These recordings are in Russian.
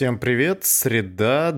Всем привет! Среда,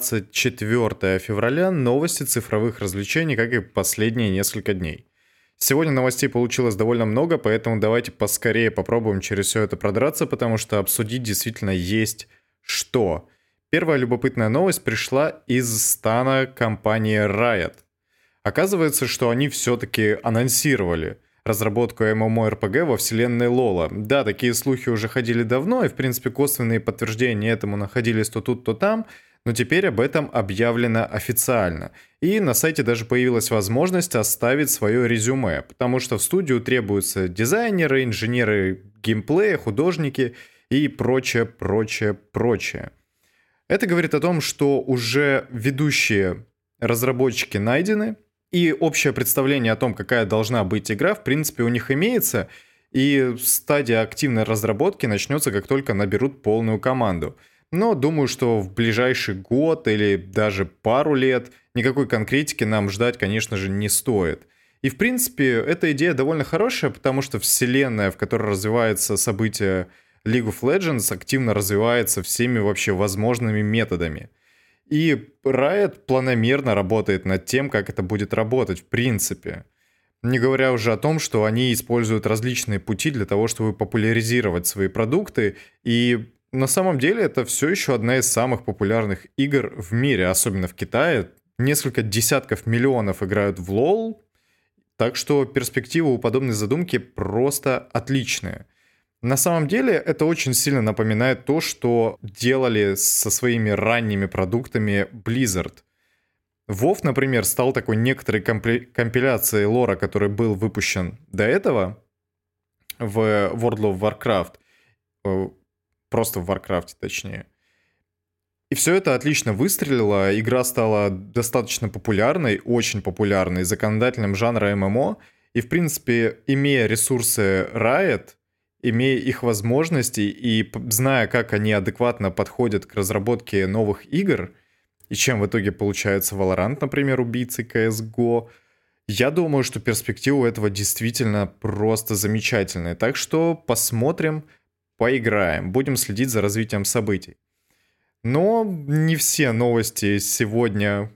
24 февраля. Новости цифровых развлечений, как и последние несколько дней. Сегодня новостей получилось довольно много, поэтому давайте поскорее попробуем через все это продраться, потому что обсудить действительно есть что. Первая любопытная новость пришла из стана компании Riot. Оказывается, что они все-таки анонсировали разработку MMORPG во вселенной Лола. Да, такие слухи уже ходили давно, и, в принципе, косвенные подтверждения этому находились то тут, то там, но теперь об этом объявлено официально. И на сайте даже появилась возможность оставить свое резюме, потому что в студию требуются дизайнеры, инженеры геймплея, художники и прочее, прочее, прочее. Это говорит о том, что уже ведущие разработчики найдены, и общее представление о том, какая должна быть игра, в принципе, у них имеется, и стадия активной разработки начнется, как только наберут полную команду. Но думаю, что в ближайший год или даже пару лет никакой конкретики нам ждать, конечно же, не стоит. И, в принципе, эта идея довольно хорошая, потому что вселенная, в которой развивается событие League of Legends, активно развивается всеми вообще возможными методами. И Riot планомерно работает над тем, как это будет работать в принципе. Не говоря уже о том, что они используют различные пути для того, чтобы популяризировать свои продукты. И на самом деле это все еще одна из самых популярных игр в мире, особенно в Китае. Несколько десятков миллионов играют в LoL, так что перспективы у подобной задумки просто отличные. На самом деле это очень сильно напоминает то, что делали со своими ранними продуктами Blizzard. WoW, например, стал такой некоторой компиляцией лора, который был выпущен до этого в World of Warcraft. Просто в Warcraft, точнее. И все это отлично выстрелило, игра стала достаточно популярной, очень популярной, законодателем жанра ММО. И, в принципе, имея ресурсы Riot, имея их возможности и зная, как они адекватно подходят к разработке новых игр, и чем в итоге получается Valorant, например, убийцы CSGO, я думаю, что перспектива у этого действительно просто замечательная. Так что посмотрим, поиграем, будем следить за развитием событий. Но не все новости сегодня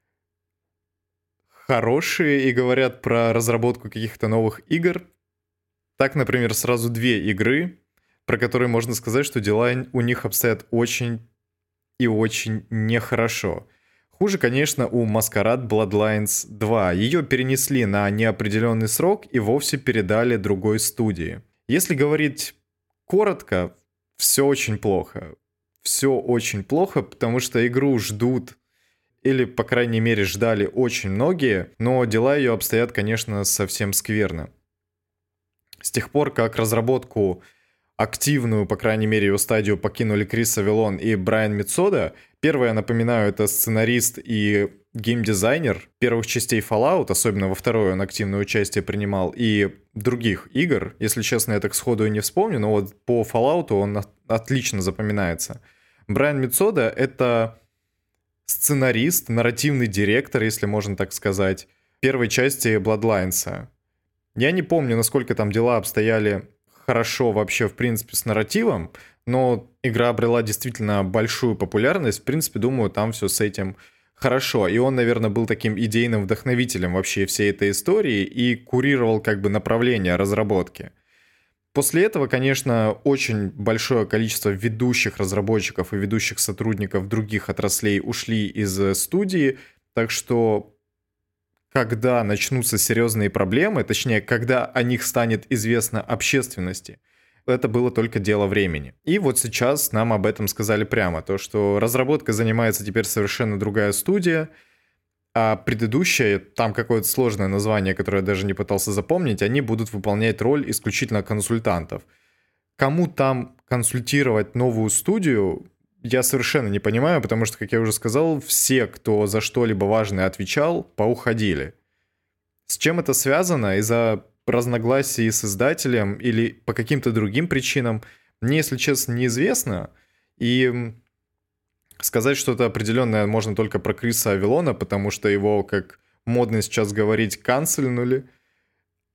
хорошие и говорят про разработку каких-то новых игр. Так, например, сразу две игры, про которые можно сказать, что дела у них обстоят очень и очень нехорошо. Хуже, конечно, у Masquerade Bloodlines 2. Ее перенесли на неопределенный срок и вовсе передали другой студии. Если говорить коротко, все очень плохо. Все очень плохо, потому что игру ждут, или, по крайней мере, ждали очень многие, но дела ее обстоят, конечно, совсем скверно. С тех пор, как разработку активную, по крайней мере, ее стадию покинули Крис Авилон и Брайан Мицода. Первый, я напоминаю, это сценарист и геймдизайнер первых частей Fallout, особенно во второй он активное участие принимал, и других игр. Если честно, я так сходу и не вспомню, но вот по Fallout он отлично запоминается. Брайан Мицода — это сценарист, нарративный директор, если можно так сказать, первой части Bloodlines. Я не помню, насколько там дела обстояли хорошо вообще, в принципе, с нарративом, но игра обрела действительно большую популярность. В принципе, думаю, там все с этим хорошо. И он, наверное, был таким идейным вдохновителем вообще всей этой истории и курировал как бы направление разработки. После этого, конечно, очень большое количество ведущих разработчиков и ведущих сотрудников других отраслей ушли из студии, так что когда начнутся серьезные проблемы, точнее, когда о них станет известно общественности, это было только дело времени. И вот сейчас нам об этом сказали прямо, то что разработкой занимается теперь совершенно другая студия, а предыдущая, там какое-то сложное название, которое я даже не пытался запомнить, они будут выполнять роль исключительно консультантов. Кому там консультировать новую студию, я совершенно не понимаю, потому что, как я уже сказал, все, кто за что-либо важное отвечал, поуходили. С чем это связано? Из-за разногласий с издателем или по каким-то другим причинам, мне, если честно, неизвестно. И сказать что-то определенное можно только про Криса Авилона, потому что его, как модно сейчас говорить, канцельнули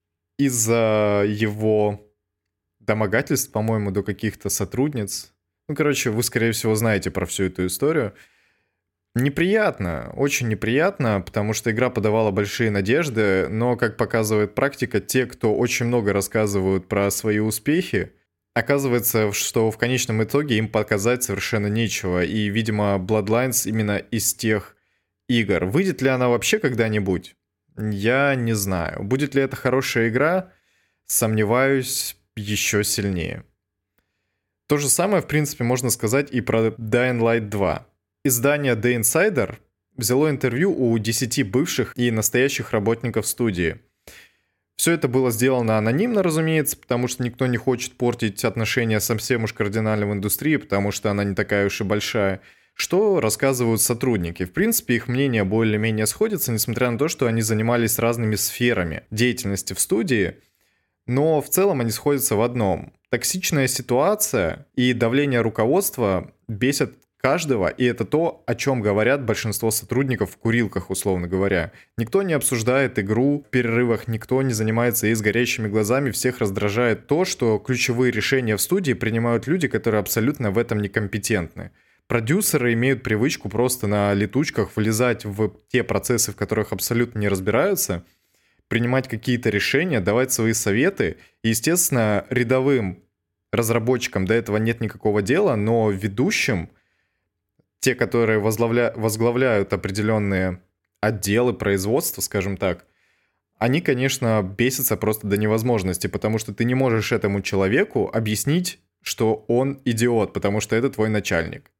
из-за его домогательств, по-моему, до каких-то сотрудниц. Ну, короче, вы, скорее всего, знаете про всю эту историю. Неприятно, очень неприятно, потому что игра подавала большие надежды, но, как показывает практика, те, кто очень много рассказывают про свои успехи, оказывается, что в конечном итоге им показать совершенно нечего. И, видимо, Bloodlines именно из тех игр. Выйдет ли она вообще когда-нибудь? Я не знаю. Будет ли это хорошая игра? Сомневаюсь еще сильнее. То же самое, в принципе, можно сказать и про Dying Light 2. Издание The Insider взяло интервью у 10 бывших и настоящих работников студии. Все это было сделано анонимно, разумеется, потому что никто не хочет портить отношения совсем уж кардинально в индустрии, потому что она не такая уж и большая. Что рассказывают сотрудники? В принципе, их мнения более-менее сходятся, несмотря на то, что они занимались разными сферами деятельности в студии, но в целом они сходятся в одном. Токсичная ситуация и давление руководства бесят каждого, и это то, о чем говорят большинство сотрудников в курилках, условно говоря. Никто не обсуждает игру в перерывах, никто не занимается ей с горящими глазами, всех раздражает то, что ключевые решения в студии принимают люди, которые абсолютно в этом некомпетентны. Продюсеры имеют привычку просто на летучках влезать в те процессы, в которых абсолютно не разбираются, принимать какие-то решения, давать свои советы. И, естественно, рядовым разработчикам до этого нет никакого дела, но ведущим, те, которые возглавляют определенные отделы производства, скажем так, они, конечно, бесятся просто до невозможности, потому что ты не можешь этому человеку объяснить, что он идиот, потому что это твой начальник.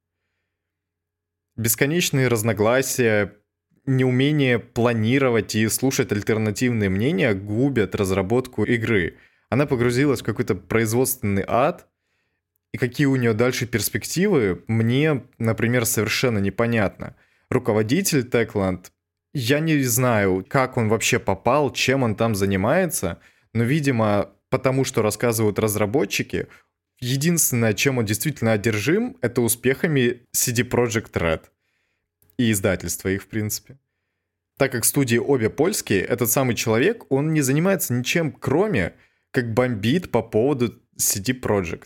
Бесконечные разногласия, неумение планировать и слушать альтернативные мнения губят разработку игры. Она погрузилась в какой-то производственный ад, и какие у нее дальше перспективы, мне, например, совершенно непонятно. Руководитель Techland, я не знаю, как он вообще попал, чем он там занимается, но, видимо, потому что рассказывают разработчики, единственное, чем он действительно одержим, это успехами CD Projekt Red. И издательства их, в принципе. Так как студии обе польские, этот самый человек, он не занимается ничем, кроме как бомбит по поводу CD Projekt.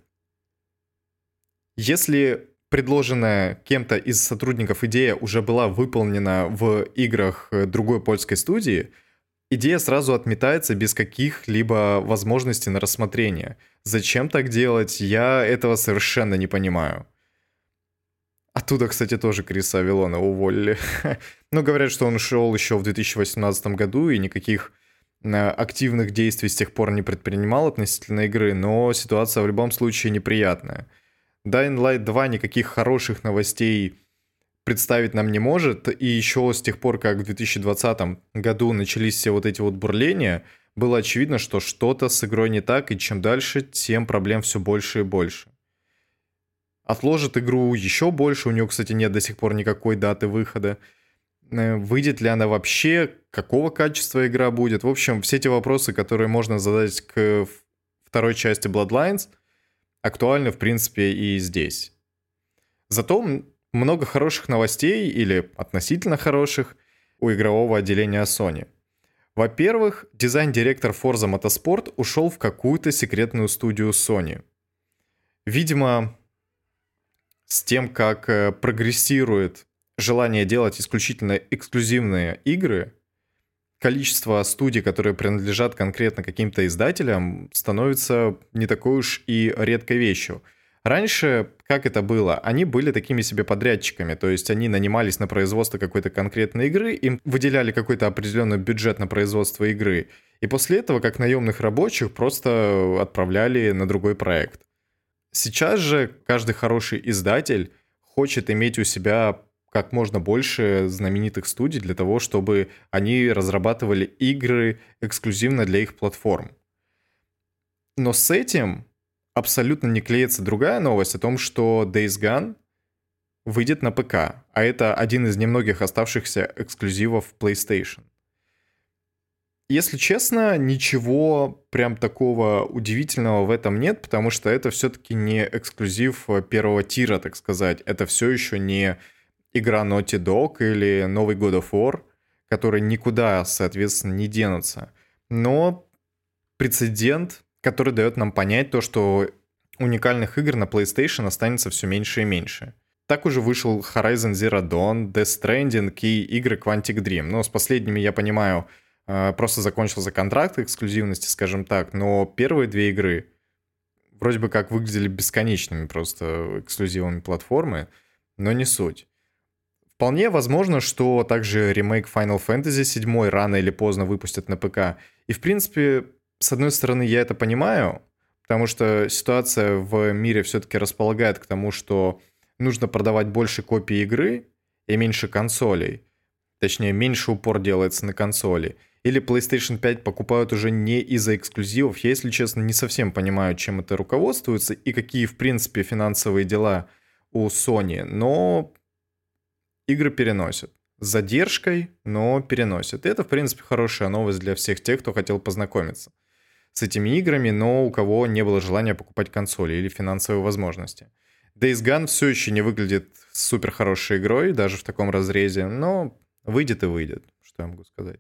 Если предложенная кем-то из сотрудников идея уже была выполнена в играх другой польской студии, идея сразу отметается без каких-либо возможностей на рассмотрение. Зачем так делать, я этого совершенно не понимаю. Оттуда, кстати, тоже Криса Авилона уволили. Но говорят, что он ушел еще в 2018 году и никаких активных действий с тех пор не предпринимал относительно игры, но ситуация в любом случае неприятная. Dying Light 2 никаких хороших новостей представить нам не может, и еще с тех пор, как в 2020 году начались все вот эти вот бурления, было очевидно, что что-то с игрой не так, и чем дальше, тем проблем все больше и больше. Отложит игру еще больше, у нее, кстати, нет до сих пор никакой даты выхода. Выйдет ли она вообще, какого качества игра будет? В общем, все эти вопросы, которые можно задать к второй части Bloodlines, актуальны, в принципе, и здесь. Зато много хороших новостей, или относительно хороших, у игрового отделения Sony. Во-первых, дизайн-директор Forza Motorsport ушел в какую-то секретную студию Sony. Видимо, с тем, как прогрессирует желание делать исключительно эксклюзивные игры, количество студий, которые принадлежат конкретно каким-то издателям, становится не такой уж и редкой вещью. Раньше, как это было? Они были такими себе подрядчиками, то есть они нанимались на производство какой-то конкретной игры, им выделяли какой-то определенный бюджет на производство игры, и после этого, как наемных рабочих, просто отправляли на другой проект. Сейчас же каждый хороший издатель хочет иметь у себя как можно больше знаменитых студий для того, чтобы они разрабатывали игры эксклюзивно для их платформ. Но с этим абсолютно не клеится другая новость о том, что Days Gone выйдет на ПК, а это один из немногих оставшихся эксклюзивов PlayStation. Если честно, ничего прям такого удивительного в этом нет, потому что это все-таки не эксклюзив первого тира, так сказать. Это все еще не игра Naughty Dog или новый God of War, которые никуда, соответственно, не денутся. Но прецедент, который дает нам понять то, что уникальных игр на PlayStation останется все меньше и меньше. Так уже вышел Horizon Zero Dawn, Death Stranding и игры Quantic Dream. Но с последними, я понимаю, просто закончился контракт эксклюзивности, скажем так, но первые две игры вроде бы как выглядели бесконечными просто эксклюзивами платформы, но не суть. Вполне возможно, что также ремейк Final Fantasy VII рано или поздно выпустят на ПК. И, в принципе, с одной стороны, я это понимаю, потому что ситуация в мире все-таки располагает к тому, что нужно продавать больше копий игры и меньше консолей. Точнее, меньше упор делается на консоли. Или PlayStation 5 покупают уже не из-за эксклюзивов. Я, если честно, не совсем понимаю, чем это руководствуется и какие, в принципе, финансовые дела у Sony. Но игры переносят. С задержкой, но переносят. И это, в принципе, хорошая новость для всех тех, кто хотел познакомиться с этими играми, но у кого не было желания покупать консоли или финансовой возможности. Days Gone все еще не выглядит супер хорошей игрой, даже в таком разрезе, но выйдет и выйдет, что я могу сказать.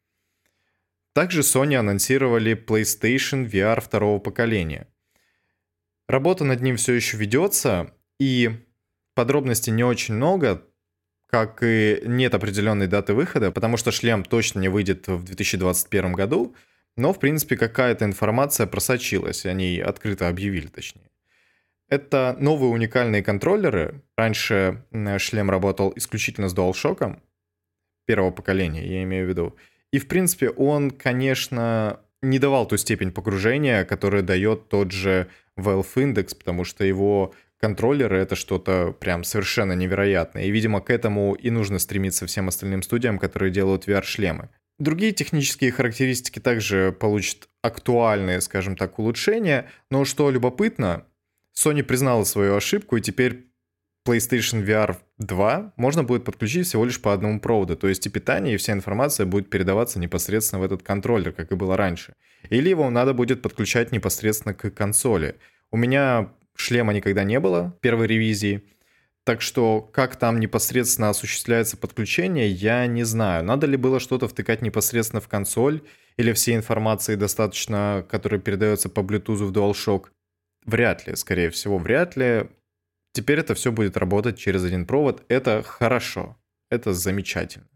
Также Sony анонсировали PlayStation VR второго поколения. Работа над ним все еще ведется, и подробностей не очень много, как и нет определенной даты выхода, потому что шлем точно не выйдет в 2021 году, но, в принципе, какая-то информация просочилась, они открыто объявили, точнее. Это новые уникальные контроллеры. Раньше шлем работал исключительно с DualShock первого поколения, я имею в виду. И, в принципе, он, конечно, не давал ту степень погружения, которую дает тот же Valve Index, потому что его контроллеры — это что-то прям совершенно невероятное. И, видимо, к этому и нужно стремиться всем остальным студиям, которые делают VR-шлемы. Другие технические характеристики также получат актуальные, скажем так, улучшения. Но что любопытно, Sony признала свою ошибку, и теперь PlayStation VR 2 можно будет подключить всего лишь по одному проводу. То есть и питание, и вся информация будет передаваться непосредственно в этот контроллер, как и было раньше. Или его надо будет подключать непосредственно к консоли. У меня шлема никогда не было первой ревизии, так что как там непосредственно осуществляется подключение, я не знаю. Надо ли было что-то втыкать непосредственно в консоль, или всей информации достаточно, которая передается по Bluetooth в DualShock? Вряд ли, скорее всего, вряд ли. Теперь это все будет работать через один провод. Это хорошо, это замечательно.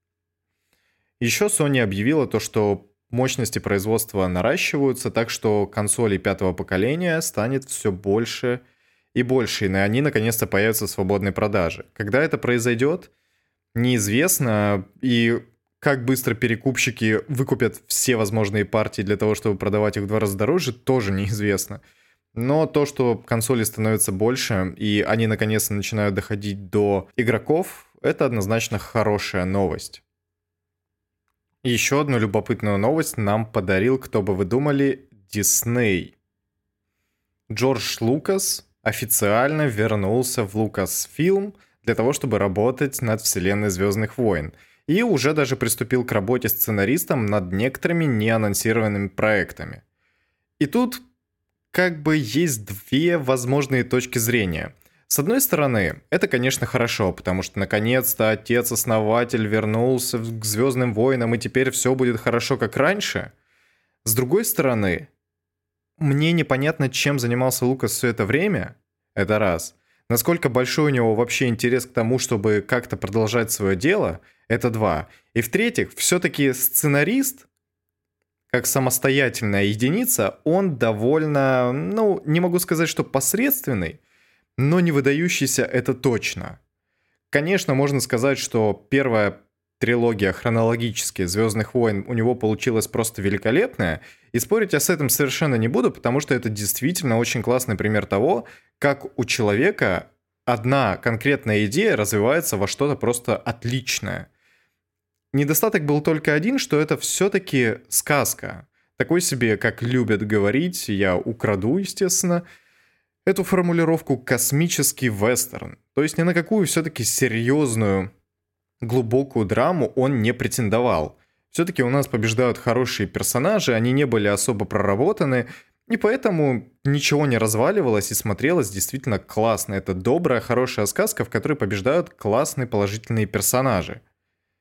Еще Sony объявила то, что мощности производства наращиваются, так что консолей пятого поколения станет все больше и больше, и они наконец-то появятся в свободной продаже. Когда это произойдет, неизвестно, и как быстро перекупщики выкупят все возможные партии для того, чтобы продавать их в 2 раза дороже, тоже неизвестно. Но то, что консоли становятся больше, и они наконец-то начинают доходить до игроков, это однозначно хорошая новость. Еще одну любопытную новость нам подарил, кто бы вы думали, Disney. Джордж Лукас официально вернулся в Lucasfilm для того, чтобы работать над вселенной «Звездных войн». И уже даже приступил к работе сценаристом над некоторыми неанонсированными проектами. И тут как бы есть две возможные точки зрения. С одной стороны, это, конечно, хорошо, потому что наконец-то отец-основатель вернулся к «Звездным войнам», и теперь все будет хорошо, как раньше. С другой стороны, мне непонятно, чем занимался Лукас все это время. Это раз. Насколько большой у него вообще интерес к тому, чтобы как-то продолжать свое дело. Это два. И в-третьих, все-таки сценарист, как самостоятельная единица, он довольно, не могу сказать, что посредственный, но не выдающийся, это точно. Конечно, можно сказать, что первая трилогия хронологически «Звездных войн» у него получилась просто великолепная, и спорить я с этим совершенно не буду, потому что это действительно очень классный пример того, как у человека одна конкретная идея развивается во что-то просто отличное. Недостаток был только один, что это все-таки сказка. Такой себе, как любят говорить, я украду, естественно, эту формулировку «космический вестерн». То есть ни на какую все-таки серьезную, глубокую драму он не претендовал. Все-таки у нас побеждают хорошие персонажи, они не были особо проработаны, и поэтому ничего не разваливалось и смотрелось действительно классно. Это добрая, хорошая сказка, в которой побеждают классные положительные персонажи.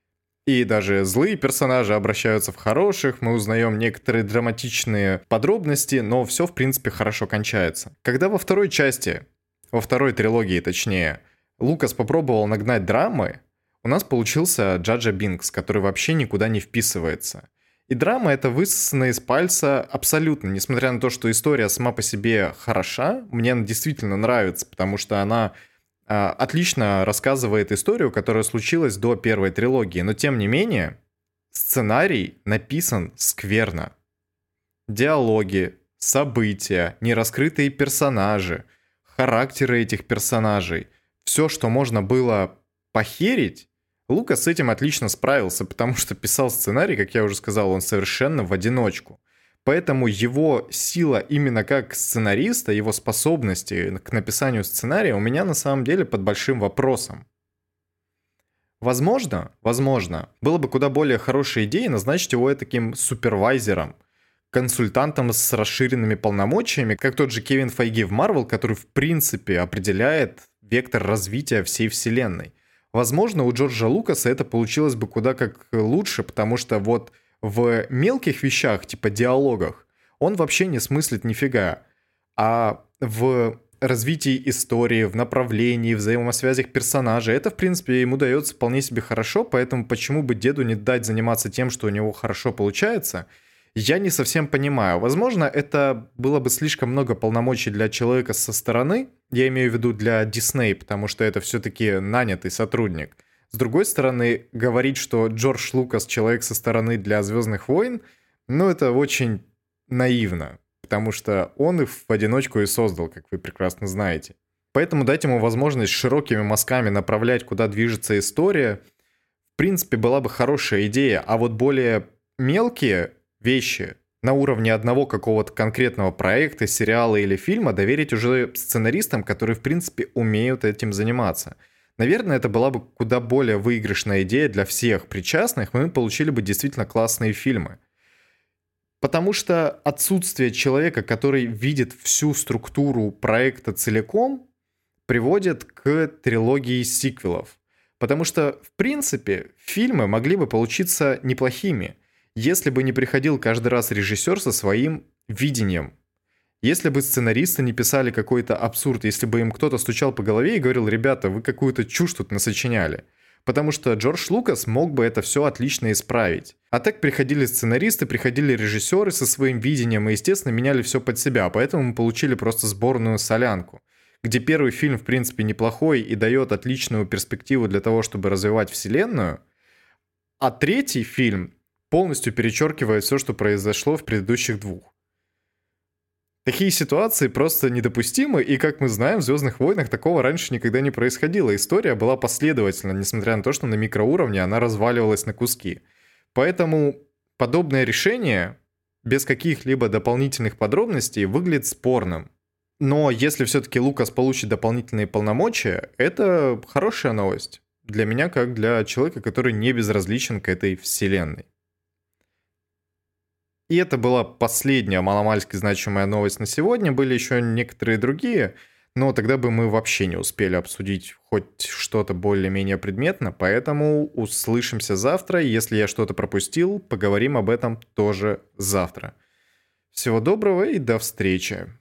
И даже злые персонажи обращаются в хороших, мы узнаем некоторые драматичные подробности, но все, в принципе, хорошо кончается. Когда во второй части, во второй трилогии точнее, Лукас попробовал нагнать драмы, у нас получился Джаджа Бинкс, который вообще никуда не вписывается. И драма это высосана из пальца абсолютно, несмотря на то, что история сама по себе хороша, мне она действительно нравится, потому что она отлично рассказывает историю, которая случилась до первой трилогии, но тем не менее сценарий написан скверно. Диалоги, события, нераскрытые персонажи, характеры этих персонажей, все, что можно было похерить, Лукас с этим отлично справился, потому что писал сценарий, как я уже сказал, он совершенно в одиночку. Поэтому его сила именно как сценариста, его способности к написанию сценария у меня на самом деле под большим вопросом. Возможно, было бы куда более хорошей идеей назначить его таким супервайзером, консультантом с расширенными полномочиями, как тот же Кевин Файги в Marvel, который в принципе определяет вектор развития всей вселенной. Возможно, у Джорджа Лукаса это получилось бы куда как лучше, потому что вот в мелких вещах, типа диалогах, он вообще не смыслит нифига. А в развитии истории, в направлении, в взаимосвязях персонажей, это, в принципе, ему дается вполне себе хорошо, поэтому почему бы деду не дать заниматься тем, что у него хорошо получается, я не совсем понимаю. Возможно, это было бы слишком много полномочий для человека со стороны, я имею в виду для Disney, потому что это все-таки нанятый сотрудник. С другой стороны, говорить, что Джордж Лукас человек со стороны для «Звездных войн», ну, это очень наивно, потому что он их в одиночку и создал, как вы прекрасно знаете. Поэтому дать ему возможность широкими мазками направлять, куда движется история, в принципе, была бы хорошая идея, а вот более мелкие вещи на уровне одного какого-то конкретного проекта, сериала или фильма доверить уже сценаристам, которые, в принципе, умеют этим заниматься. Наверное, это была бы куда более выигрышная идея для всех причастных, мы получили бы действительно классные фильмы. Потому что отсутствие человека, который видит всю структуру проекта целиком, приводит к трилогии сиквелов. Потому что, в принципе, фильмы могли бы получиться неплохими, если бы не приходил каждый раз режиссер со своим видением. Если бы сценаристы не писали какой-то абсурд, если бы им кто-то стучал по голове и говорил: ребята, вы какую-то чушь тут насочиняли. Потому что Джордж Лукас мог бы это все отлично исправить. А так приходили сценаристы, приходили режиссеры со своим видением и, естественно, меняли все под себя. Поэтому мы получили просто сборную солянку, где первый фильм, в принципе, неплохой и дает отличную перспективу для того, чтобы развивать вселенную, а третий фильм полностью перечеркивает все, что произошло в предыдущих двух. Такие ситуации просто недопустимы, и, как мы знаем, в «Звездных войнах» такого раньше никогда не происходило. История была последовательна, несмотря на то, что на микроуровне она разваливалась на куски. Поэтому подобное решение, без каких-либо дополнительных подробностей, выглядит спорным. Но если все-таки Лукас получит дополнительные полномочия, это хорошая новость. Для меня, как для человека, который не безразличен к этой вселенной. И это была последняя маломальски значимая новость на сегодня. Были еще некоторые другие, но тогда бы мы вообще не успели обсудить хоть что-то более-менее предметно. Поэтому услышимся завтра. Если я что-то пропустил, поговорим об этом тоже завтра. Всего доброго и до встречи.